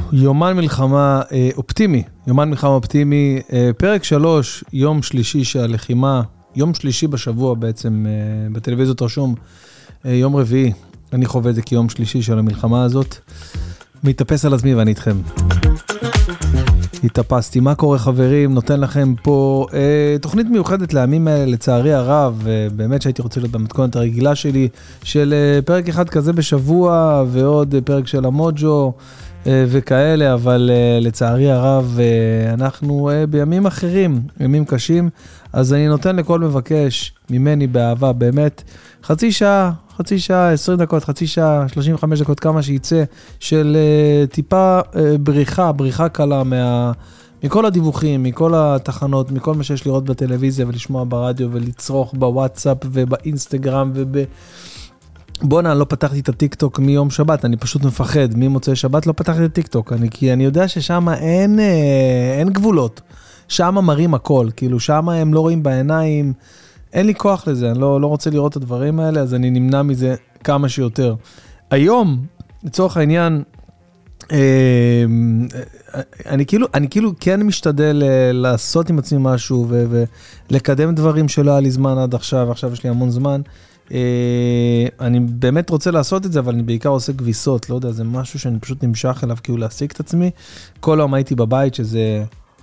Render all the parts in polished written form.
יומן מלחמה אופטימי, יומן מלחמה אופטימי, פרק 3, יום שלישי של הלחימה, יום שלישי בשבוע בעצם, בטלוויזיות רשום, יום רביעי, אני חווה את זה כיום שלישי של המלחמה הזאת, מתאפס על עצמי ואני איתכם. התאפסתי, מה קורה חברים? נותן לכם פה תוכנית מיוחדת לימים האלה, לצערי הרב, באמת שהייתי רוצה להיות במתכונת הרגילה שלי, של פרק אחד כזה בשבוע, ועוד פרק של המוג'ו, וכאלה, אבל לצערי הרב, אנחנו בימים אחרים, ימים קשים, אז אני נותן לכל מבקש ממני באהבה, באמת, חצי שעה, 20 דקות, חצי שעה, 35 דקות, כמה שייצא, של טיפה בריחה קלה מכל הדיווחים, מכל התחנות, מכל מה שיש לראות בטלוויזיה ולשמוע ברדיו ולצרוך בוואטסאפ ובאינסטגרם בואנה, לא פתחתי את הטיק טוק מיום שבת, אני פשוט מפחד, ממוצאי שבת לא פתחתי את הטיק טוק, כי אני יודע ששם אין גבולות, שם מראים הכל, כאילו שם הם לא רואים בעיניים, אין לי כוח לזה, אני לא רוצה לראות את הדברים האלה, אז אני נמנע מזה כמה שיותר. היום, לצורך העניין, אני כאילו כן משתדל לעשות עם עצמי משהו, ולקדם דברים שלא היה לי זמן עד עכשיו, עכשיו יש לי המון זמן, אני באמת רוצה לעשות את זה, אבל אני בעיקר עושה גביסות, לא יודע, זה משהו שאני פשוט נמשך אליו, כאילו להשיג את עצמי, כל היום הייתי בבית שזה...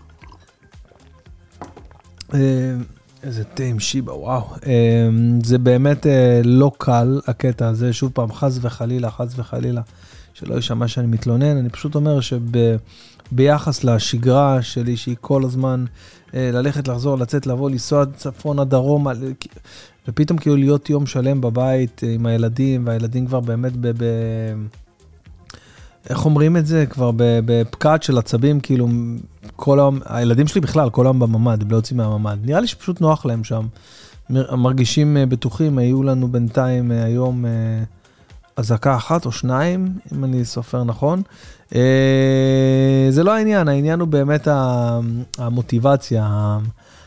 איזה טעים שיבה, וואו. זה באמת לא קל, הקטע הזה, שוב פעם, חס וחלילה, שלא ישמע שאני מתלונן, אני פשוט אומר שביחס לשגרה שלי, שהיא כל הזמן ללכת, לחזור, לצאת, לבוא, לנסוע צפון עד דרום, ופתאום כאילו להיות יום שלם בבית עם הילדים, והילדים כבר באמת איך אומרים את זה? כבר בפקעת של עצבים, כאילו, הילדים שלי בכלל, כל היום בממד, לא יוצאים מהממד. נראה לי שפשוט נוח להם שם. מרגישים בטוחים, היו לנו בינתיים היום הזקה אחת או שניים, אם אני סופר נכון. זה לא העניין, העניין הוא באמת המוטיבציה,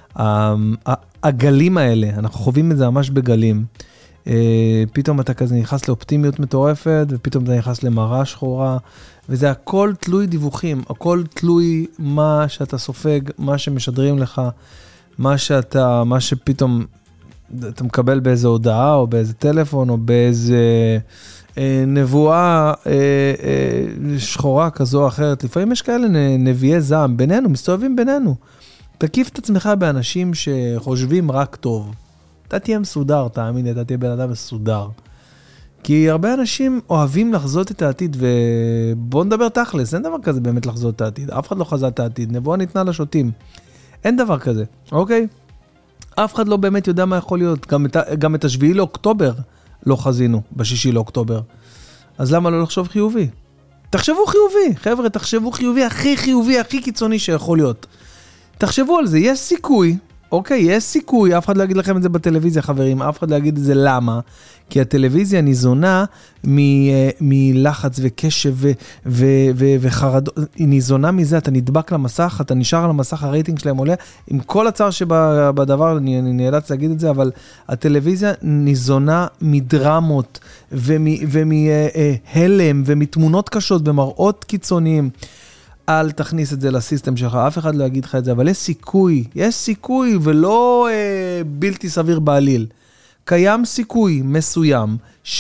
הגלים האלה, אנחנו חווים את זה ממש בגלים. פתאום אתה כזה נכנס לאופטימיות מטורפת, ופתאום אתה נכנס למראה שחורה, וזה הכל תלוי דיווחים, הכל תלוי מה שאתה סופג, מה שמשדרים לך, מה שפתאום אתה מקבל באיזו הודעה, או באיזה טלפון, או באיזה נבואה שחורה כזו או אחרת. לפעמים יש כאלה נביאי זעם בינינו, מסתובבים בינינו. תקיף את עצמך באנשים שחושבים רק טוב. אתה תהיה מסודר, תאמין, אתה תהיה בן אדם מסודר. כי הרבה אנשים אוהבים לחזות את העתיד, ובואו נדבר תכלס, אין דבר כזה באמת לחזות את העתיד. אף אחד לא חזת את העתיד, נבואה ניתנה לשוטים. אין דבר כזה, אוקיי? אף אחד לא באמת יודע מה יכול להיות. גם את השביעי לאוקטובר לא חזינו, בשישי לאוקטובר. אז למה לא לחשוב חיובי? תחשבו חיובי, חבר'ה, תחשבו חיובי, הכי קיצוני שיכול להיות. תחשבו על זה, יש סיכוי, אוקיי, יש סיכוי, אף אחד לא יגיד לכם את זה בטלוויזיה, חברים, אף אחד לא יגיד את זה למה, כי הטלוויזיה ניזונה מלחץ וקשב וחרדות, היא ניזונה מזה, אתה נדבק למסך, אתה נשאר על המסך, הרייטינג שלהם עולה, עם כל הצער שבדבר, אני נאלץ להגיד את זה, אבל הטלוויזיה ניזונה מדרמות, ומהלם, ומתמונות קשות, במראות קיצוניים, אל תכניס את זה לסיסטם שלך, אף אחד לא יגיד לך את זה, אבל יש סיכוי, ולא בלתי סביר בעליל. קיים סיכוי מסוים,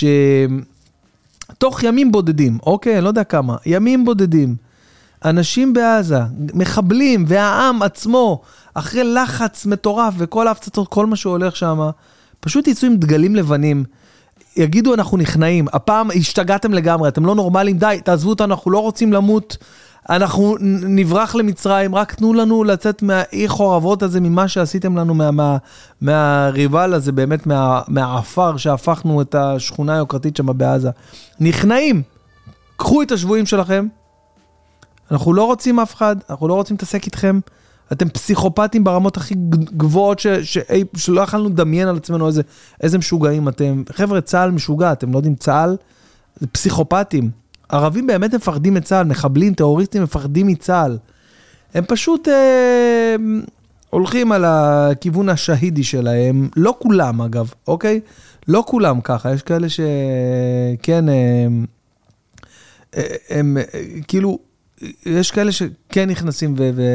שתוך ימים בודדים, אוקיי, אני לא יודע כמה, ימים בודדים, אנשים בעזה, מחבלים, והעם עצמו, אחרי לחץ מטורף, וכל ההפצצות, כל מה שהולך שם, פשוט יצאו עם דגלים לבנים, יגידו אנחנו נכנעים, הפעם השתגעתם לגמרי, אתם לא נורמליים, די, תעזבו אותנו, אנחנו לא רוצים למות, אנחנו נברח למצרים, רק תנו לנו לצאת מהאי חורבות הזה, ממה שעשיתם לנו מהריבל הזה, באמת מהעפר שהפכנו את השכונה היוקרתית שם בעזה. נכנעים, קחו את השבועים שלכם, אנחנו לא רוצים אף אחד, אנחנו לא רוצים להתעסק איתכם, אתם פסיכופטים ברמות הכי גבוהות, שלא יכולנו לדמיין על עצמנו איזה משוגעים אתם. חבר'ה, צהל משוגע, אתם לא יודעים צהל, זה פסיכופטים. ערבים באמת מפחדים מצהל, מחבלים, טרוריסטים מפחדים מצהל. הם פשוט הולכים על הכיוון השהידי שלהם, לא כולם אגב, אוקיי? לא כולם ככה, יש כאלה שכן, הם כאילו, יש כאלה שכן נכנסים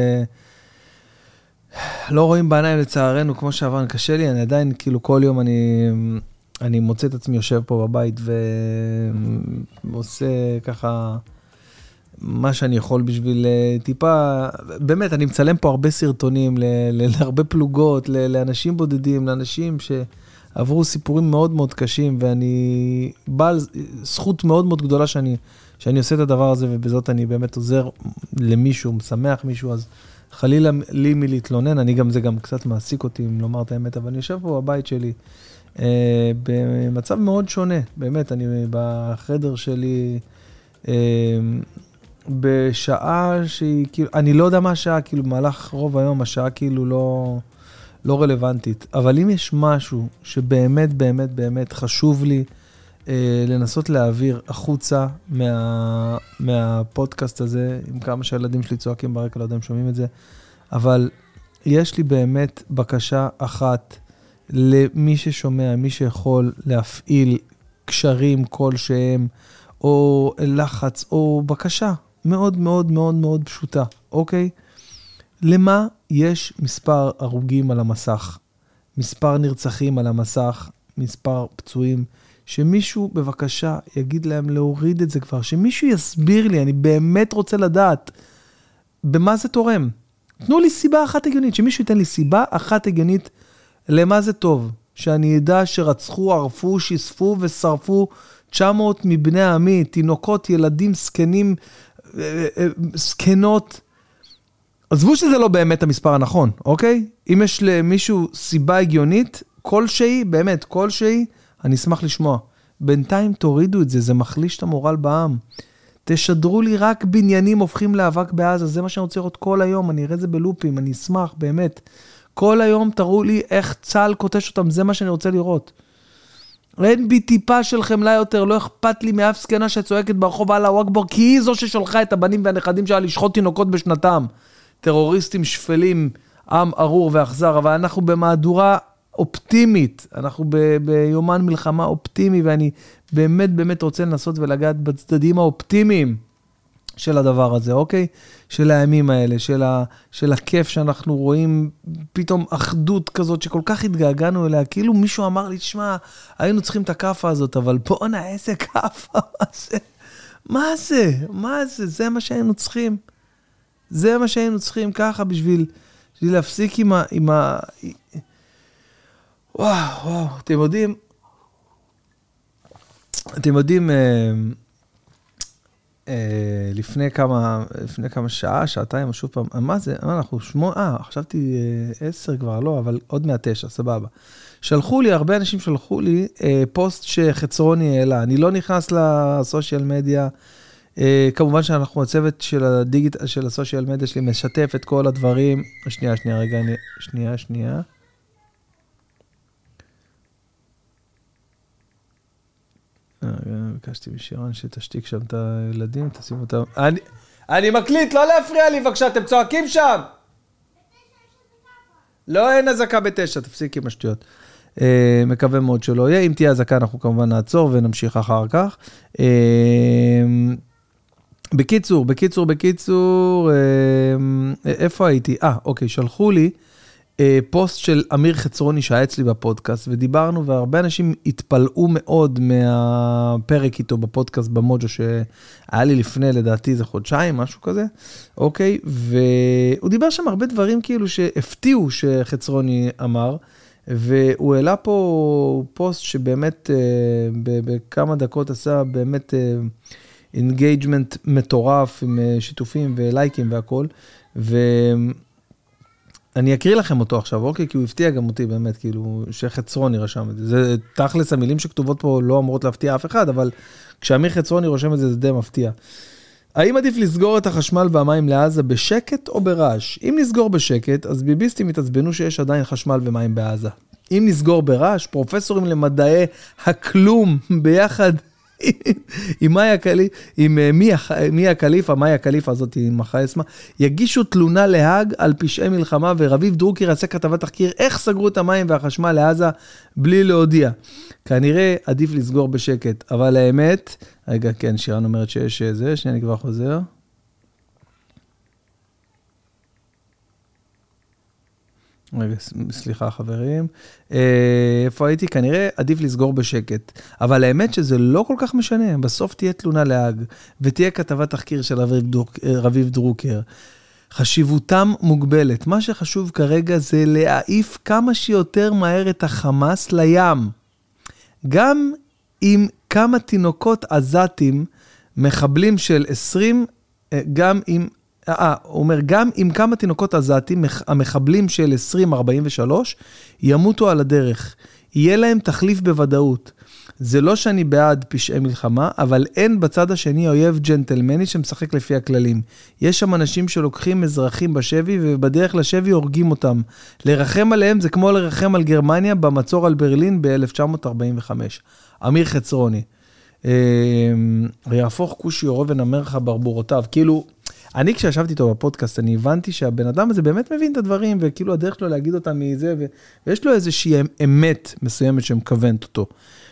לא רואים בעיניים לצערנו, כמו שעברנו, קשה לי, אני עדיין, כאילו כל יום אני מוצא את עצמי יושב פה בבית ועושה ככה מה שאני יכול בשביל טיפה, באמת, אני מצלם פה הרבה סרטונים להרבה פלוגות, לאנשים בודדים, לאנשים שעברו סיפורים מאוד מאוד קשים, ואני בעל זכות מאוד מאוד גדולה שאני עושה את הדבר הזה, ובזאת אני באמת עוזר למישהו, משמח מישהו, אז חלילה לי מלהתלונן, זה גם קצת מעסיק אותי, אם לומר את האמת, אבל אני יושב פה בבית שלי, במצב מאוד שונה, באמת, אני בחדר שלי, בשעה שהיא, כאילו, אני לא יודע מה השעה, כאילו, במהלך רוב היום, השעה כאילו לא רלוונטית, אבל אם יש משהו שבאמת, באמת, באמת חשוב לי, לנסות להעביר החוצה מהפודקאסט הזה, עם כמה שהילדים שלי צועקים ברקע, לא יודע אם שומעים את זה, אבל יש לי באמת בקשה אחת למי ששומע, מי שיכול להפעיל קשרים כלשהם, או לחץ, או בקשה מאוד מאוד מאוד מאוד פשוטה, אוקיי? למה יש מספר הרוגים על המסך, מספר נרצחים על המסך, מספר פצועים, שמישהו בבקשה יגיד להם להוריד את זה כבר, שמישהו יסביר לי, אני באמת רוצה לדעת במה זה תורם. תנו לי סיבה אחת הגיונית, שמישהו ייתן לי סיבה אחת הגיונית למה זה טוב, שאני ידע שרצחו, ערפו, שספו ושרפו 900 מבני העמי, תינוקות, ילדים, סקנים, סקנות. עזבו שזה לא באמת המספר הנכון, אוקיי? אם יש למישהו סיבה הגיונית, כלשהי, באמת, כלשהי, אני אשמח לשמוע. בינתיים תורידו את זה, זה מחליש את המורל בעם. תשדרו לי רק בניינים הופכים לאבק בעזה, זה מה שאני רוצה לראות כל היום, אני אראה את זה בלופים, אני אשמח, באמת. כל היום תראו לי איך צהל קוטש אותם, זה מה שאני רוצה לראות. אין בי טיפה של חמלה יותר, לא אכפת לי מאף סקנה שצועקת ברחוב אללה אכבר, כי היא זו ששולחה את הבנים והנכדים שלה לשחוט תינוקות בשנתם. טרוריסטים שפלים, עם ארור ואכזר, אבל אנחנו במהדורה אופטימית, אנחנו ביומן מלחמה אופטימי, ואני באמת באמת רוצה לנסות ולגעת בצדדים האופטימיים של הדבר הזה, אוקיי? של הימים האלה, של הכיף שאנחנו רואים, פתאום אחדות כזאת שכל כך התגעגענו אליה, כאילו מישהו אמר לי, תשמע, היינו צריכים את הקפה הזאת, אבל בוא נעשה קפה, מה זה? זה מה שהיינו צריכים. זה מה שהיינו צריכים ככה בשביל להפסיק עם ה... וואו, אתם יודעים, לפני כמה שעתיים, או שוב פעם, מה זה? אנחנו 8, חשבתי 10 כבר, לא, אבל עוד 9, סבבה. הרבה אנשים שלחו לי פוסט שחצרוני העלה. אני לא נכנס לסושיאל מדיה, כמובן שאנחנו הצוות של הדיגיטל, של הסושיאל מדיה שלי, משתף את כל הדברים. שנייה. ביקשתי משירן שתשתיק שם את הילדים, תשימו אותם. אני מקליט, לא להפריע לי, בבקשה, אתם צועקים שם. לא, אין הזקה 9, תפסיק עם השטויות. מקווה מאוד שלא יהיה. אם תהיה הזקה, אנחנו כמובן נעצור ונמשיך אחר כך. בקיצור, איפה הייתי? אוקיי, שלחו לי פוסט של אמיר חצרוני שהיה אצלי בפודקאסט, ודיברנו, והרבה אנשים התפלאו מאוד מהפרק איתו בפודקאסט במוג'ו, שהיה לי לפני, לדעתי, זה חודשיים, משהו כזה, אוקיי, והוא דיבר שם הרבה דברים כאילו שהפתיעו שחצרוני אמר, והוא העלה פה פוסט שבאמת בכמה דקות עשה באמת אינגייג'מנט מטורף עם שיתופים ולייקים והכל, אני אקריא לכם אותו עכשיו, אוקיי? כי הוא הפתיע גם אותי באמת, כאילו, שחצרוני רשם את זה. זה תכלס, המילים שכתובות פה לא אמורות להפתיע אף אחד, אבל כשאמיר חצרוני רושם את זה, זה די מפתיע. האם עדיף לסגור את החשמל והמים לעזה בשקט או ברעש? אם נסגור בשקט, אז ביביסטים יתעצבנו שיש עדיין חשמל ומים בעזה. אם נסגור ברעש, פרופסורים למדעי הכלום ביחד עם מיה קליפה, מאיה קליפה הזאת עם החייסמה, יגישו תלונה להאג על פשעי מלחמה, ורביב דרוקר יעשה כתבת תחקיר איך סגרו את המים והחשמל לעזה בלי להודיע. כנראה עדיף לסגור בשקט, אבל האמת, רגע, כן, שירן אומרת שיש זה, שנייה אני כבר חוזר. רגע, סליחה חברים. איפה הייתי? כנראה עדיף לסגור בשקט. אבל האמת שזה לא כל כך משנה. בסוף תהיה תלונה להג, ותהיה כתבת תחקיר של רביב דרוקר. חשיבותם מוגבלת. מה שחשוב כרגע זה להעיף כמה שיותר מהר את החמאס לים. גם עם כמה תינוקות עזתים, מחבלים של 20, הוא אומר, גם עם כמה תינוקות עזתים, המחבלים של 2043, ימותו על הדרך. יהיה להם תחליף בוודאות. זה לא שאני בעד פשעי מלחמה, אבל אין בצד השני אויב ג'נטלמני שמשחק לפי הכללים. יש שם אנשים שלוקחים אזרחים בשבי, ובדרך לשבי הורגים אותם. לרחם עליהם זה כמו לרחם על גרמניה במצור על ברלין ב-1945. אמיר חצרוני. יהפוך כושי אורו ונאמר לך ברבורותיו. כאילו, אני כשישבתי איתו בפודקאסט, אני הבנתי שהבן אדם הזה באמת מבין את הדברים, וכאילו הדרך שלו להגיד אותם מזה, ויש לו איזושהי אמת מסוימת שמכוונת אותו.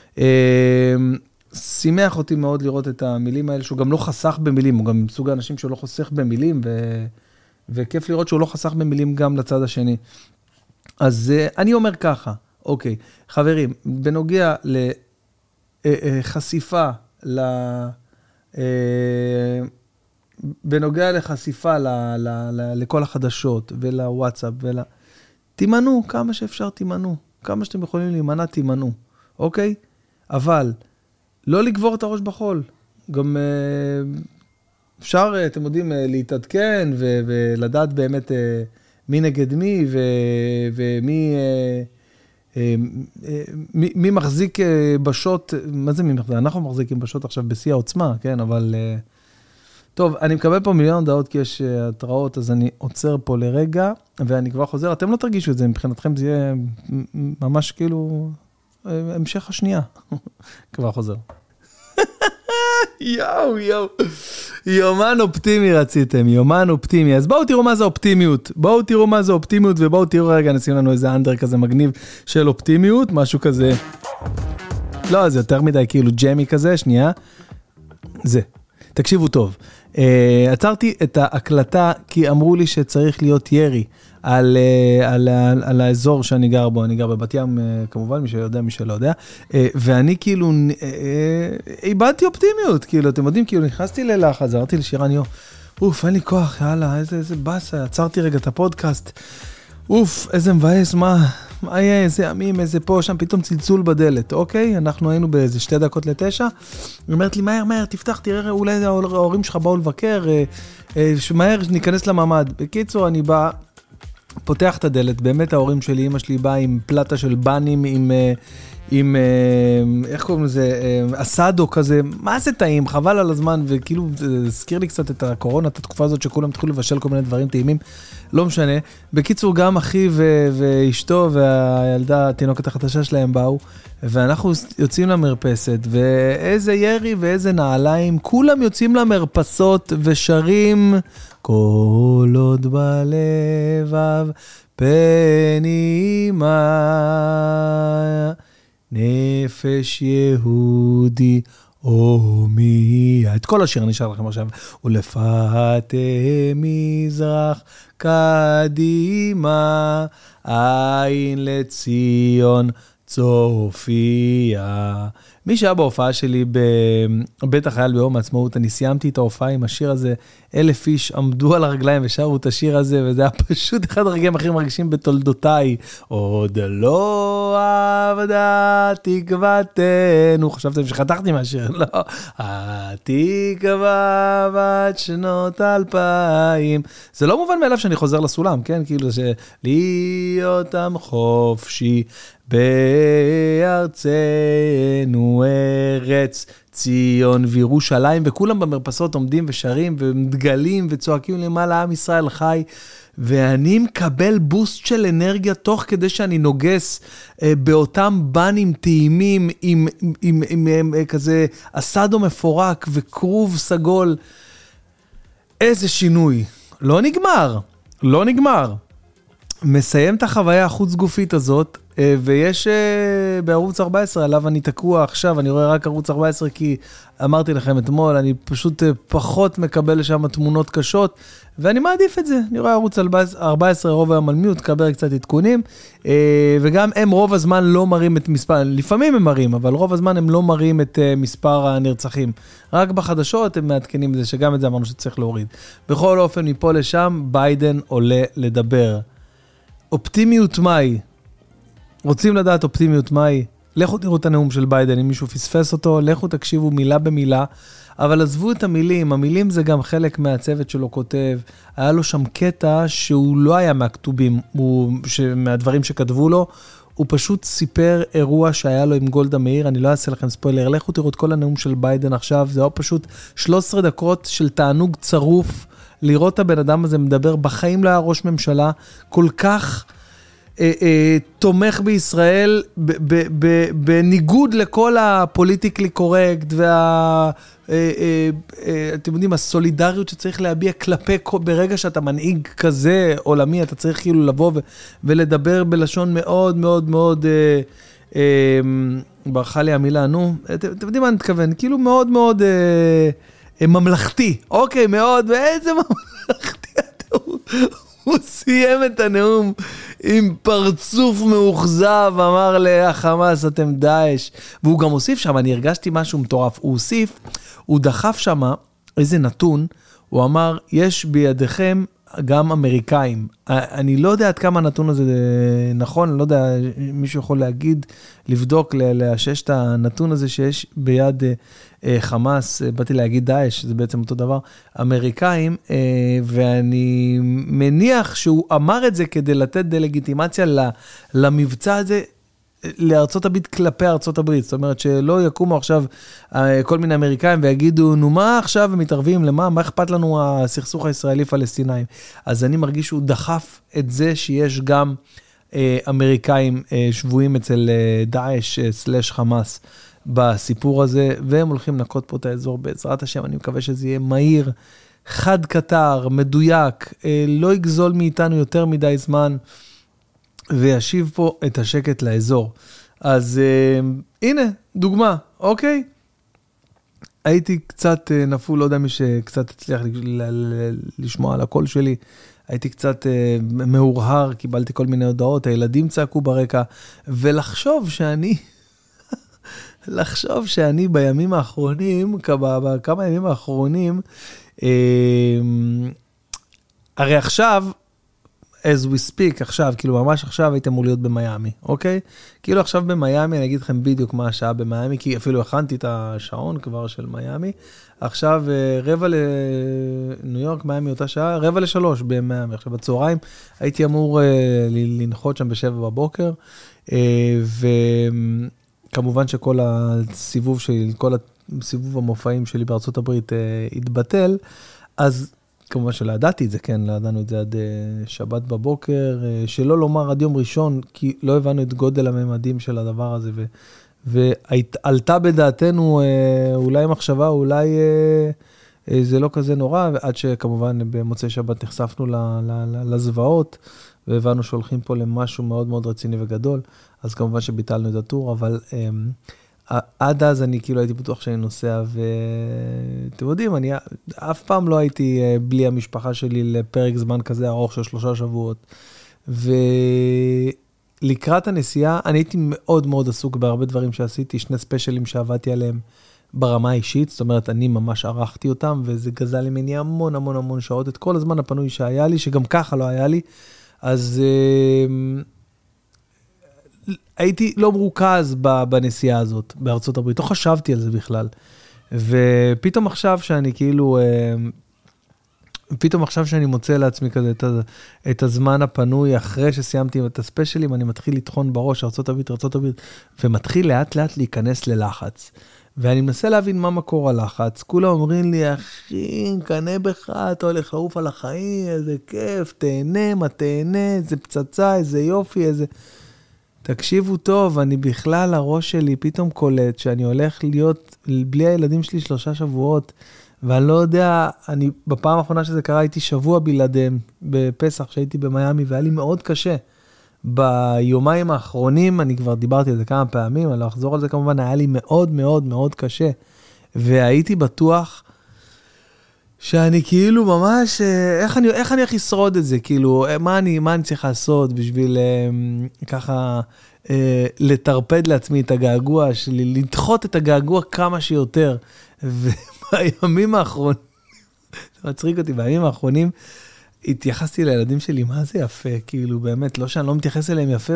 שימח אותי מאוד לראות את המילים האלה, שהוא גם לא חסך במילים, הוא גם סוג האנשים שלא חוסך במילים, וכיף לראות שהוא לא חסך במילים גם לצד השני. אז אני אומר ככה, אוקיי, חברים, בנוגע לחשיפה, בנוגע לחשיפה לכל החדשות ולוואטסאפ, תימנו כמה שאפשר, תימנו, כמה שאתם יכולים להימנע, תימנו, אוקיי? אבל לא לגבור את הראש בחול. גם אפשר, אתם יודעים, להתעדכן ולדעת באמת מי נגד מי מי מחזיק בשוט, מה זה מי מחזיק? אנחנו מחזיקים בשוט עכשיו בשיא העוצמה, כן? אבל טוב, אני מקבל פה מיליון הודעות כי יש התראות, אז אני עוצר פה לרגע, ואני כבר חוזר. אתם לא תרגישו את זה, מבחינתכם זה יהיה ממש כאילו המשך השנייה. כבר חוזר. יאו. יומן אופטימי רציתם, יומן אופטימי. אז בואו תראו מה זה אופטימיות. ובואו תראו רגע, נשים לנו איזה אנדר כזה מגניב של אופטימיות, משהו כזה. לא, זה יותר מדי כאילו ג'מי כזה, שנייה. זה. תקשיבו טוב. עצרתי את ההקלטה כי אמרו לי שצריך להיות ירי על האזור שאני גר בו. אני גר בבת ים, כמובן, מי שיודע, מי שלא יודע. ואני כאילו, איבדתי אופטימיות. כאילו, אתם יודעים, כאילו, נכנסתי ללחץ, אמרתי לשירן, אין לי כוח, יאללה, איזה בסה. עצרתי רגע את הפודקאסט. איזה מבאס, מה יהיה, איזה ימים, איזה פה, שם, פתאום צלצול בדלת, אוקיי? אנחנו היינו באיזה 8:45, היא אומרת לי, מהר, תפתח, תראה, אולי ההורים שלך באו לבקר, שמהר ניכנס לממד. בקיצור, אני בא, פותח את הדלת, באמת ההורים שלי, אמא שלי באה עם פלטה של בנים, עם איך קוראים לזה, אסדו כזה, מה זה טעים, חבל על הזמן, וכאילו, הזכיר לי קצת את הקורונה, את התקופה הזאת שכולם התחילו לבשל כל מיני דברים טעימים, לא משנה. בקיצור, גם אחי ואשתו והילדה, התינוקת החדשה שלהם באו, ואנחנו יוצאים למרפסת, ואיזה ירי ואיזה נעליים, כולם יוצאים למרפסות ושרים, כל עוד בלבב פנימה, נפש יהודי אומי. את כל השיר נשאר לכם עכשיו. ולפת מזרח קדימה, עין לציון צופיה. מי שהיה בהופעה שלי בבית החייל ביום העצמאות, אני סיימתי את ההופעה עם השיר הזה, 1,000 איש עמדו על הרגליים ושרו את השיר הזה, וזה היה פשוט אחד הרגעים הכי מרגישים בתולדותיי. עוד לא עבדה תקוותנו, חשבתם שחתכתי מהשיר, לא. התקווה בת שנות 2000. זה לא מובן מאליו שאני חוזר לסולם, כן? כאילו להיות עם חופשי, בארצנו ארץ ציון וירושלים, וכולם במרפסות עומדים ושרים ומתגלים וצועקים למעלה, עם ישראל חי, ואני מקבל בוסט של אנרגיה תוך כדי שאני נוגס באותם בנים טעימים עם כזה אסדו מפורק וקרוב סגול. איזה שינוי. לא נגמר. מסיים את החוויה החוץ גופית הזאת, ויש בערוץ 14, עליו אני תקוע עכשיו, אני רואה רק ערוץ 14, כי אמרתי לכם אתמול, אני פשוט פחות מקבל לשם תמונות קשות, ואני מעדיף את זה. אני רואה ערוץ 14, רוב היום על מיוט, קבל קצת עדכונים, וגם הם רוב הזמן לא מראים את מספר, לפעמים הם מראים, אבל רוב הזמן הם לא מראים את מספר הנרצחים. רק בחדשות הם מעדכנים את זה, שגם את זה אמרנו שצריך להוריד. בכל אופן, מפה לשם, ביידן עולה לדבר. אופטימיות מהי? רוצים לדעת אופטימיות מהי? לכו תראו את הנאום של ביידן, אם מישהו פספס אותו, לכו תקשיבו מילה במילה, אבל עזבו את המילים, המילים זה גם חלק מהצוות שלו כותב, היה לו שם קטע שהוא לא היה מהכתובים, מהדברים שכתבו לו, הוא פשוט סיפר אירוע שהיה לו עם גולדה מאיר, אני לא אעשה לכם ספוילר, לכו תראו את כל הנאום של ביידן עכשיו, זה היה פשוט 13 דקות של תענוג צרוף, לראות את הבן אדם הזה מדבר, בחיים לא היה ראש ממשלה, כל כך תומך בישראל, בניגוד לכל הפוליטיקלי קורקט, אתם יודעים, הסולידריות שצריך להביע כלפי, ברגע שאתה מנהיג כזה עולמי, אתה צריך כאילו לבוא ולדבר בלשון מאוד מאוד מאוד, ברכה לי המילה, נו, אתם יודעים מה אני מתכוון, כאילו מאוד מאוד ממלכתי, אוקיי, מאוד, ואיזה ממלכתי הוא סיים את הנאום עם פרצוף מאוכזב, אמר לחמאס, אתם דאעש. והוא גם הוסיף שם, אני הרגשתי משהו מטורף, הוא הוסיף, הוא דחף שם איזה נתון, הוא אמר, יש בידיכם גם אמריקאים. אני לא יודע עד כמה הנתון הזה נכון, אני לא יודע, מישהו יכול להגיד, לבדוק, לאשש את הנתון הזה שיש ביד חמאס, באתי להגיד דאעש, זה בעצם אותו דבר, אמריקאים, ואני מניח שהוא אמר את זה כדי לתת דלגיטימציה למבצע הזה, לארצות הברית כלפי ארצות הברית, זאת אומרת שלא יקומו עכשיו כל מיני אמריקאים ויגידו, נו מה עכשיו הם מתערבים, למה, מה אכפת לנו הסכסוך הישראלי-פלסטינאים? אז אני מרגיש שהוא דחף את זה שיש גם אמריקאים שבויים אצל דאעש / חמאס בסיפור הזה, והם הולכים לנקות פה את האזור בעזרת השם, אני מקווה שזה יהיה מהיר, חד קטר, מדויק, לא יגזול מאיתנו יותר מדי זמן, וישיב פה את השקט לאזור. אז הנה, דוגמה, אוקיי? הייתי קצת נפול, לא יודע מי שקצת הצליח לשמוע על הקול שלי, הייתי קצת מאורהר, קיבלתי כל מיני הודעות, הילדים צעקו ברקע, ולחשוב שאני בימים האחרונים, בכמה ימים האחרונים, הרי עכשיו, as we speak, עכשיו, כאילו ממש עכשיו הייתם אמור להיות במיימי, אוקיי? כאילו עכשיו במיימי, אני אגיד לכם בדיוק מה השעה במיימי, כי אפילו הכנתי את השעון כבר של מיימי, עכשיו 2:45 לניו יורק, מיימי אותה שעה, 2:45 במיימי, עכשיו בצהריים, הייתי אמור לנחות שם ב7 בבוקר, וכמובן שכל הסיבוב שלי, כל הסיבוב המופעים שלי בארצות הברית התבטל, אז כמובן שלא ידעתי את זה, כן, לא ידענו את זה עד שבת בבוקר, שלא לומר עד יום ראשון, כי לא הבנו את גודל הממדים של הדבר הזה, ועלתה בדעתנו אולי מחשבה, אולי זה לא כזה נורא, עד שכמובן במוצאי שבת נחשפנו לזוועות, והבנו שהולכים פה למשהו מאוד מאוד רציני וגדול, אז כמובן שביטלנו את הטור, אבל עד אז אני כאילו הייתי בטוח שאני נוסע, ואתם יודעים, אני אף פעם לא הייתי בלי המשפחה שלי לפרק זמן כזה ארוך של 3 שבועות, ולקראת הנסיעה, אני הייתי מאוד מאוד עסוק בהרבה דברים שעשיתי, 2 ספיישלים שעבדתי עליהם ברמה האישית, זאת אומרת, אני ממש ערכתי אותם, וזה גזל לי ממני המון המון המון שעות, את כל הזמן הפנוי שהיה לי, שגם ככה לא היה לי, אז הייתי לא מרוכז בנסיעה הזאת, בארצות הברית, לא חשבתי על זה בכלל. ופתאום עכשיו שאני כאילו, פתאום עכשיו שאני מוצא לעצמי כזה את הזמן הפנוי, אחרי שסיימתי את הספיישלים, אני מתחיל לטחון בראש, ארצות הברית, ומתחיל לאט לאט להיכנס ללחץ. ואני מנסה להבין מה מקור הלחץ. כולם אומרים לי, אחי, קנה בך, אתה הולך לעוף על החיים, איזה כיף, תהנה, מה תהנה, איזה פצצה, איזה יופי, איזה... תקשיבו טוב, אני בכלל, הראש שלי פתאום קולט שאני הולך להיות בלי הילדים שלי 3 שבועות, ואני לא יודע, בפעם האחרונה שזה קרה, הייתי שבוע בלעדיהם בפסח, שהייתי במיימי, והיה לי מאוד קשה. ביומיים האחרונים, אני כבר דיברתי על זה כמה פעמים, אני לא אחזור על זה כמובן, היה לי מאוד מאוד מאוד קשה. והייתי בטוח שאני כאילו ממש, איך אני אשרוד את זה? כאילו, מה אני צריך לעשות בשביל ככה לטרפד לעצמי את הגעגוע שלי, לדחות את הגעגוע כמה שיותר. ובימים האחרונים, זה מצחיק אותי, בימים האחרונים, התייחסתי לילדים שלי, מה זה יפה, כאילו באמת, לא שאני לא מתייחס אליהם יפה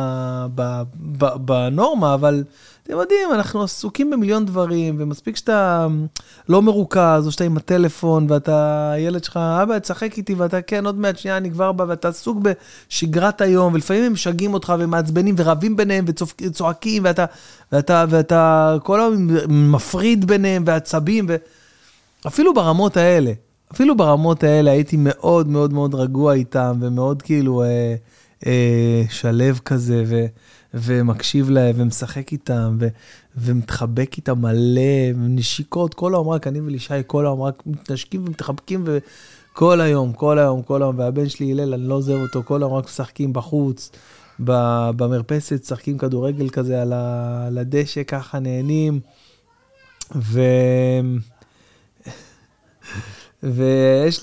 בנורמה, אבל אתם יודעים, אנחנו עסוקים במיליון דברים, ומספיק שאתה לא מרוכז, או שאתה עם הטלפון, ואתה, הילד שלך, אבא, תשחק איתי, ואתה כן, עוד מעט שנייה, אני כבר בא, ואתה עסוק בשגרת היום, ולפעמים הם משגעים אותך, ומעצבנים, ורבים ביניהם, וצועקים, ואתה כל היום מפריד ביניהם, ועצבים, אפילו ברמות האלה הייתי מאוד מאוד מאוד רגוע איתם, ומאוד כאילו שלב כזה, ומקשיב להם, ומשחק איתם, ומתחבק איתם מלא, ונשיקות, כל היום רק אני ולישי, כל היום רק מתנשקים ומתחבקים, וכל היום, והבן שלי הלל, אני לא עוזב אותו, כל היום רק משחקים בחוץ, במרפסת, משחקים כדורגל כזה על הדשא, ככה נהנים, ויש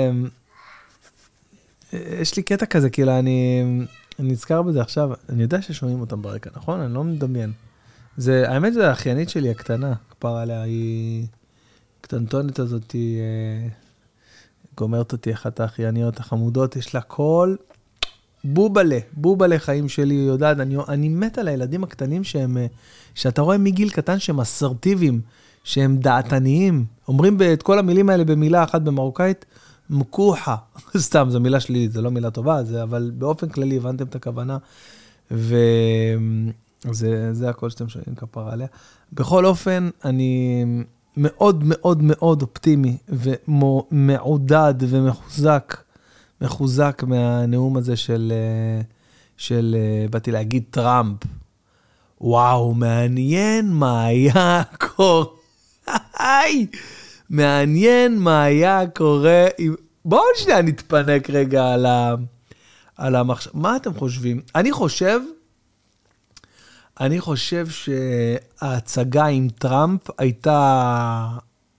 לי קטע כזה, כאילו אני נזכר בזה עכשיו, אני יודע ששומעים אותם ברקע, נכון? אני לא מדמיין. האמת זה האחיינית שלי הקטנה, כפר עליה, היא קטנטונת הזאת, היא גומרת אותי, אחת האחייניות החמודות, יש לה כל בובלה חיים שלי, היא יודעת, אני מת על הילדים הקטנים שאתה רואה מגיל קטן שהם אסרטיביים, שהם דעתניים, אומרים את כל המילים האלה במילה אחת במרוקאית, מקוחה, סתם, זו מילה שלילית, זו לא מילה טובה, אבל באופן כללי הבנתם את הכוונה, וזה הכל שאתם שומעים כפרה עליה. בכל אופן, אני מאוד מאוד מאוד אופטימי, ומעודד ומחוזק מהנאום הזה של באתי להגיד טראמפ. וואו, מעניין מה היה קורה. מעניין מה היה קורה. בואו שנייה נתפנק רגע על המחשב. מה אתם חושבים? אני חושב שההצגה עם טראמפ הייתה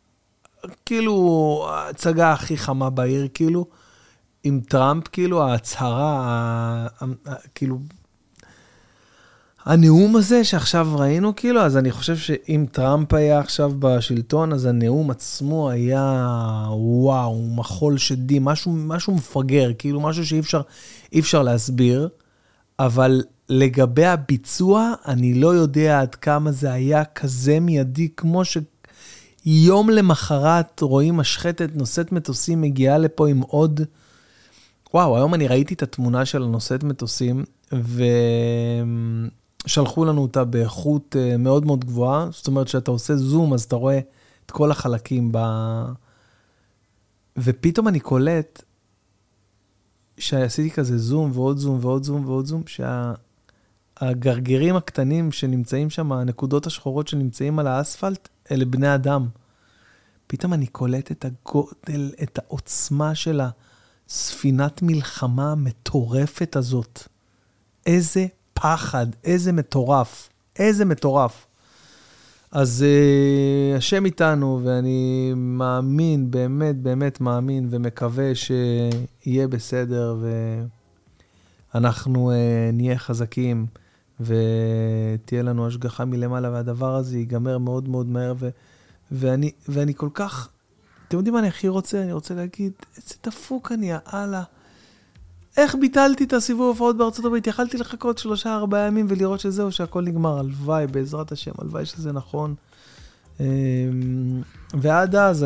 כאילו ההצגה הכי חמה בעיר, כאילו עם טראמפ, כאילו ההצהרה, כאילו הנאום הזה שעכשיו ראינו, כאילו, אז אני חושב שאם טראמפ היה עכשיו בשלטון, אז הנאום עצמו היה, וואו, מחול שדי, משהו מפגר, כאילו, משהו שאי אפשר להסביר, אבל לגבי הביצוע, אני לא יודע עד כמה זה היה כזה מיידי, כמו שיום למחרת רואים משחטת, נושאת מטוסים, מגיעה לפה עם עוד, וואו, היום אני ראיתי את התמונה של הנושאת מטוסים, שלחו לנו אותה באיכות מאוד מאוד גבוהה, זאת אומרת שאתה עושה זום, אז אתה רואה את כל החלקים ופתאום אני קולט שעשיתי כזה זום ועוד זום ועוד זום ועוד זום, שהגרגרים הקטנים שנמצאים שם, הנקודות השחורות שנמצאים על האספלט, אלה בני אדם. פתאום אני קולט את הגודל, את העוצמה של הספינת מלחמה המטורפת הזאת. איזה פחד, איזה מטורף. אז השם איתנו, ואני מאמין, באמת מאמין, ומקווה שיהיה בסדר, ואנחנו נהיה חזקים, ותהיה לנו השגחה מלמעלה, והדבר הזה ייגמר מאוד מאוד מהר, ואני כל כך, אתם יודעים מה אני הכי רוצה? אני רוצה להגיד, איזה דפוק אני, יאללה. איך ביטלתי את הסיבוב הופעות בארצות הברית? יכלתי לחכות 3-4 ימים ולראות שזהו, שהכל נגמר. הלוואי, בעזרת השם, הלוואי שזה נכון. ועד אז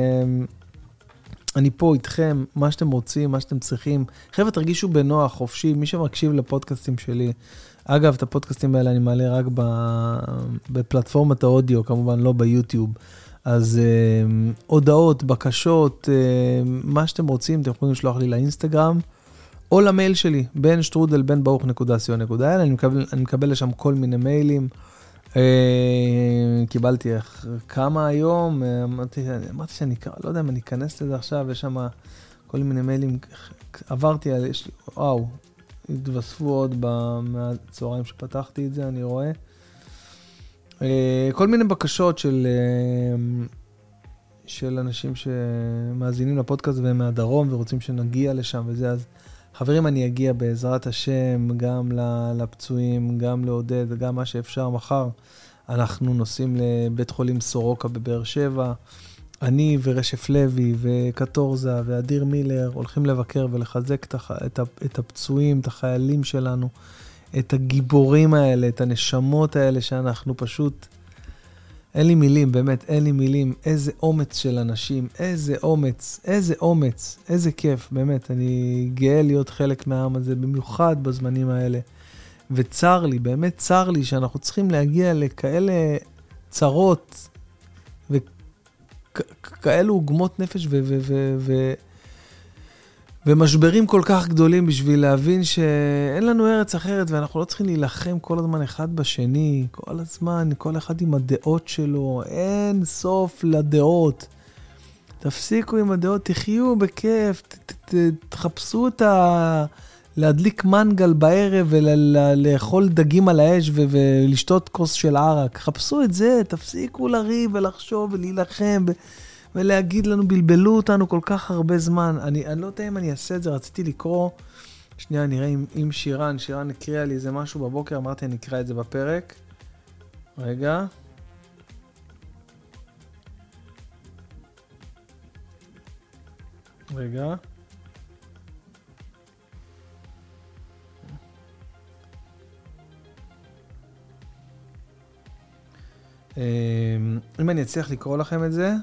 אני פה איתכם, מה שאתם רוצים, מה שאתם צריכים. חבר'ה, תרגישו בנוח, חופשי, מי שמקשיב לפודקאסטים שלי. אגב, את הפודקאסטים האלה אני מעלה רק בפלטפורמת האודיו, כמובן לא ביוטיוב. אז הודעות, בקשות, מה שאתם רוצים, אתם יכולים לשלוח לי לאינסטגרם, או למייל שלי, benstrudel@benbaruch.co.il, אני מקבל לשם כל מיני מיילים, קיבלתי כמה היום, אמרתי שאני, לא יודע אם אני אכנס לזה עכשיו, יש שם כל מיני מיילים, עברתי על, וואו, התווספו עוד מהצהריים שפתחתי את זה, אני רואה. כל מיני בקשות של אנשים שמאזינים לפודקאסט והם מהדרום ורוצים שנגיע לשם וזה, אז חברים, אני אגיע בעזרת השם גם לפצועים, גם לעודד וגם מה שאפשר מחר. אנחנו נוסעים לבית חולים סורוקה בבאר שבע. אני ורשף לוי וקטורזה ואדיר מילר הולכים לבקר ולחזק את הפצועים, את החיילים שלנו, את הגיבורים האלה, את הנשמות האלה שאנחנו פשוט... אין לי מילים, באמת, אין לי מילים. איזה אומץ של אנשים, איזה אומץ, איזה כיף, באמת. אני גאה להיות חלק מהעם הזה, במיוחד בזמנים האלה. וצר לי, באמת צר לי, שאנחנו צריכים להגיע לכאלה צרות, וכאלו עוגמות נפש ומשברים כל כך גדולים בשביל להבין שאין לנו ארץ אחרת, ואנחנו לא צריכים להילחם כל הזמן אחד בשני, כל הזמן, כל אחד עם הדעות שלו, אין סוף לדעות. תפסיקו עם הדעות, תחיו בכיף, תחפשו להדליק מנגל בערב ולאכול דגים על האש ולשתות כוס של ערק. חפשו את זה, תפסיקו לריב ולחשוב ולהילחם ולהגיד לנו, בלבלו אותנו כל כך הרבה זמן. אני לא יודע אם אני אעשה את זה, רציתי לקרוא, שנייה נראה אם שירן הקריאה לי איזה משהו בבוקר, אמרתי אני אקרא את זה בפרק. רגע. אם אני אצליח לקרוא לכם את זה,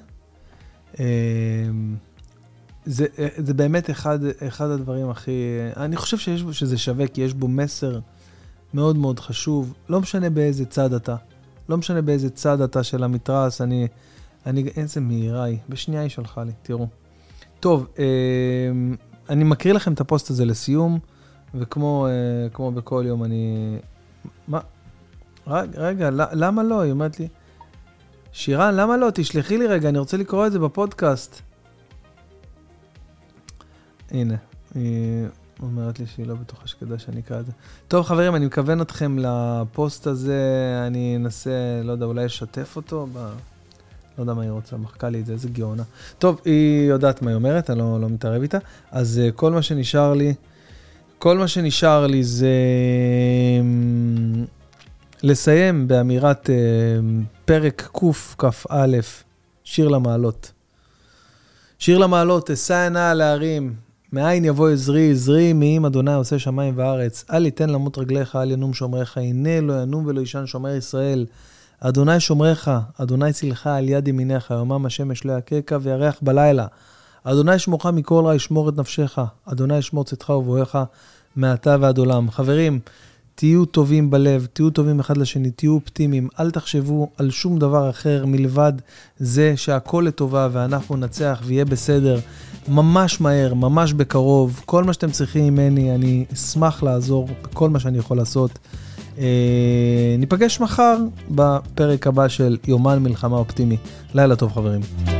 זה באמת אחד הדברים הכי... אני חושב שזה שווה, כי יש בו מסר מאוד מאוד חשוב. לא משנה באיזה צד אתה. לא משנה באיזה צד אתה של המתרס. איזה מהירה היא. בשנייה היא שלחה לי, תראו. טוב, אני מקריא לכם את הפוסט הזה לסיום, וכמו בכל יום אני... מה? רגע, למה לא? היא אומרת לי, שירן, למה לא? תשלחי לי רגע, אני רוצה לקרוא את זה בפודקאסט. הנה, היא אומרת לי שהיא לא בטוחה שכדאי שאני אקרא את זה. טוב חברים, אני מכוון אתכם לפוסט הזה, אני אנסה, לא יודע, אולי לשתף אותו, לא יודע מה היא רוצה, מחכה לי את זה, איזה גאונה. טוב, היא יודעת מה היא אומרת, אני לא מתערב איתה, אז כל מה שנשאר לי זה לסיים באמירת פרק קכ"א, שיר למעלות. שיר למעלות, אשא עיני על ההרים, מאין יבוא עזרי, עזרי מעם אדוני עושה שמיים וארץ. אל יתן למות רגליך, אל ינום שומריך, הנה לא ינום ולא ישן שומר ישראל. אדוני שומריך, אדוני צילך על יד ימיניך, יומם השמש לא יקקה וירח בלילה. אדוני שמורך מכל רע, ישמור את נפשך. אדוני ישמור צאתך ובואך מעתה ועד עולם. חברים, תהיו טובים בלב, תהיו טובים אחד לשני, תהיו אופטימיים, אל תחשבו על שום דבר אחר מלבד זה שהכל לטובה ואנחנו נצח ויהיה בסדר. ממש מהר, ממש בקרוב, כל מה שאתם צריכים ממני, אני אשמח לעזור בכל מה שאני יכול לעשות. ניפגש מחר בפרק הבא של יומן מלחמה אופטימי. לילה טוב חברים.